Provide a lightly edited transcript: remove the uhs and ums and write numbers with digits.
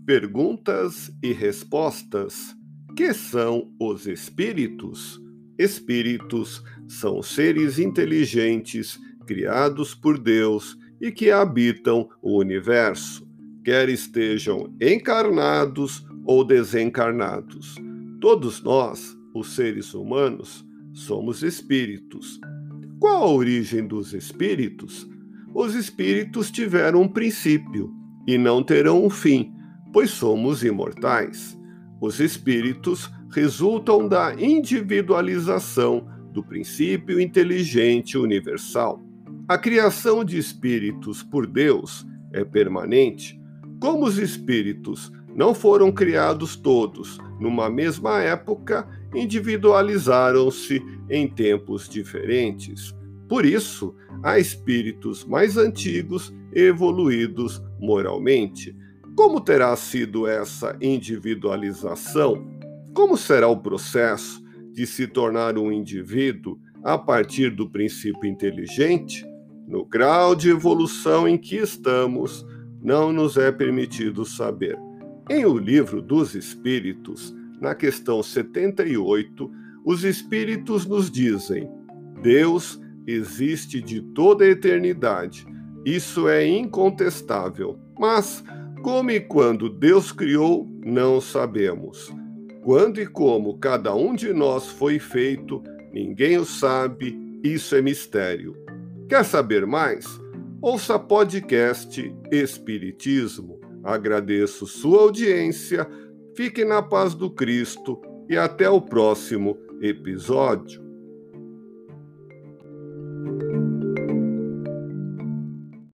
Perguntas e respostas. Que são os espíritos? Espíritos são seres inteligentes criados por Deus e que habitam o universo, quer estejam encarnados ou desencarnados. Todos nós, os seres humanos, somos espíritos. Qual a origem dos espíritos? Os espíritos tiveram um princípio e não terão um fim, pois somos imortais. Os espíritos resultam da individualização do princípio inteligente universal. A criação de espíritos por Deus é permanente. Como os espíritos não foram criados todos numa mesma época, individualizaram-se em tempos diferentes. Por isso, há espíritos mais antigos e evoluídos moralmente. Como terá sido essa individualização? Como será o processo de se tornar um indivíduo a partir do princípio inteligente? No grau de evolução em que estamos, não nos é permitido saber. Em O Livro dos Espíritos, na questão 78, os espíritos nos dizem: Deus existe de toda a eternidade. Isso é incontestável. Mas como e quando Deus criou, não sabemos. Quando e como cada um de nós foi feito, ninguém o sabe, isso é mistério. Quer saber mais? Ouça podcast Espiritismo. Agradeço sua audiência, fique na paz do Cristo e até o próximo episódio.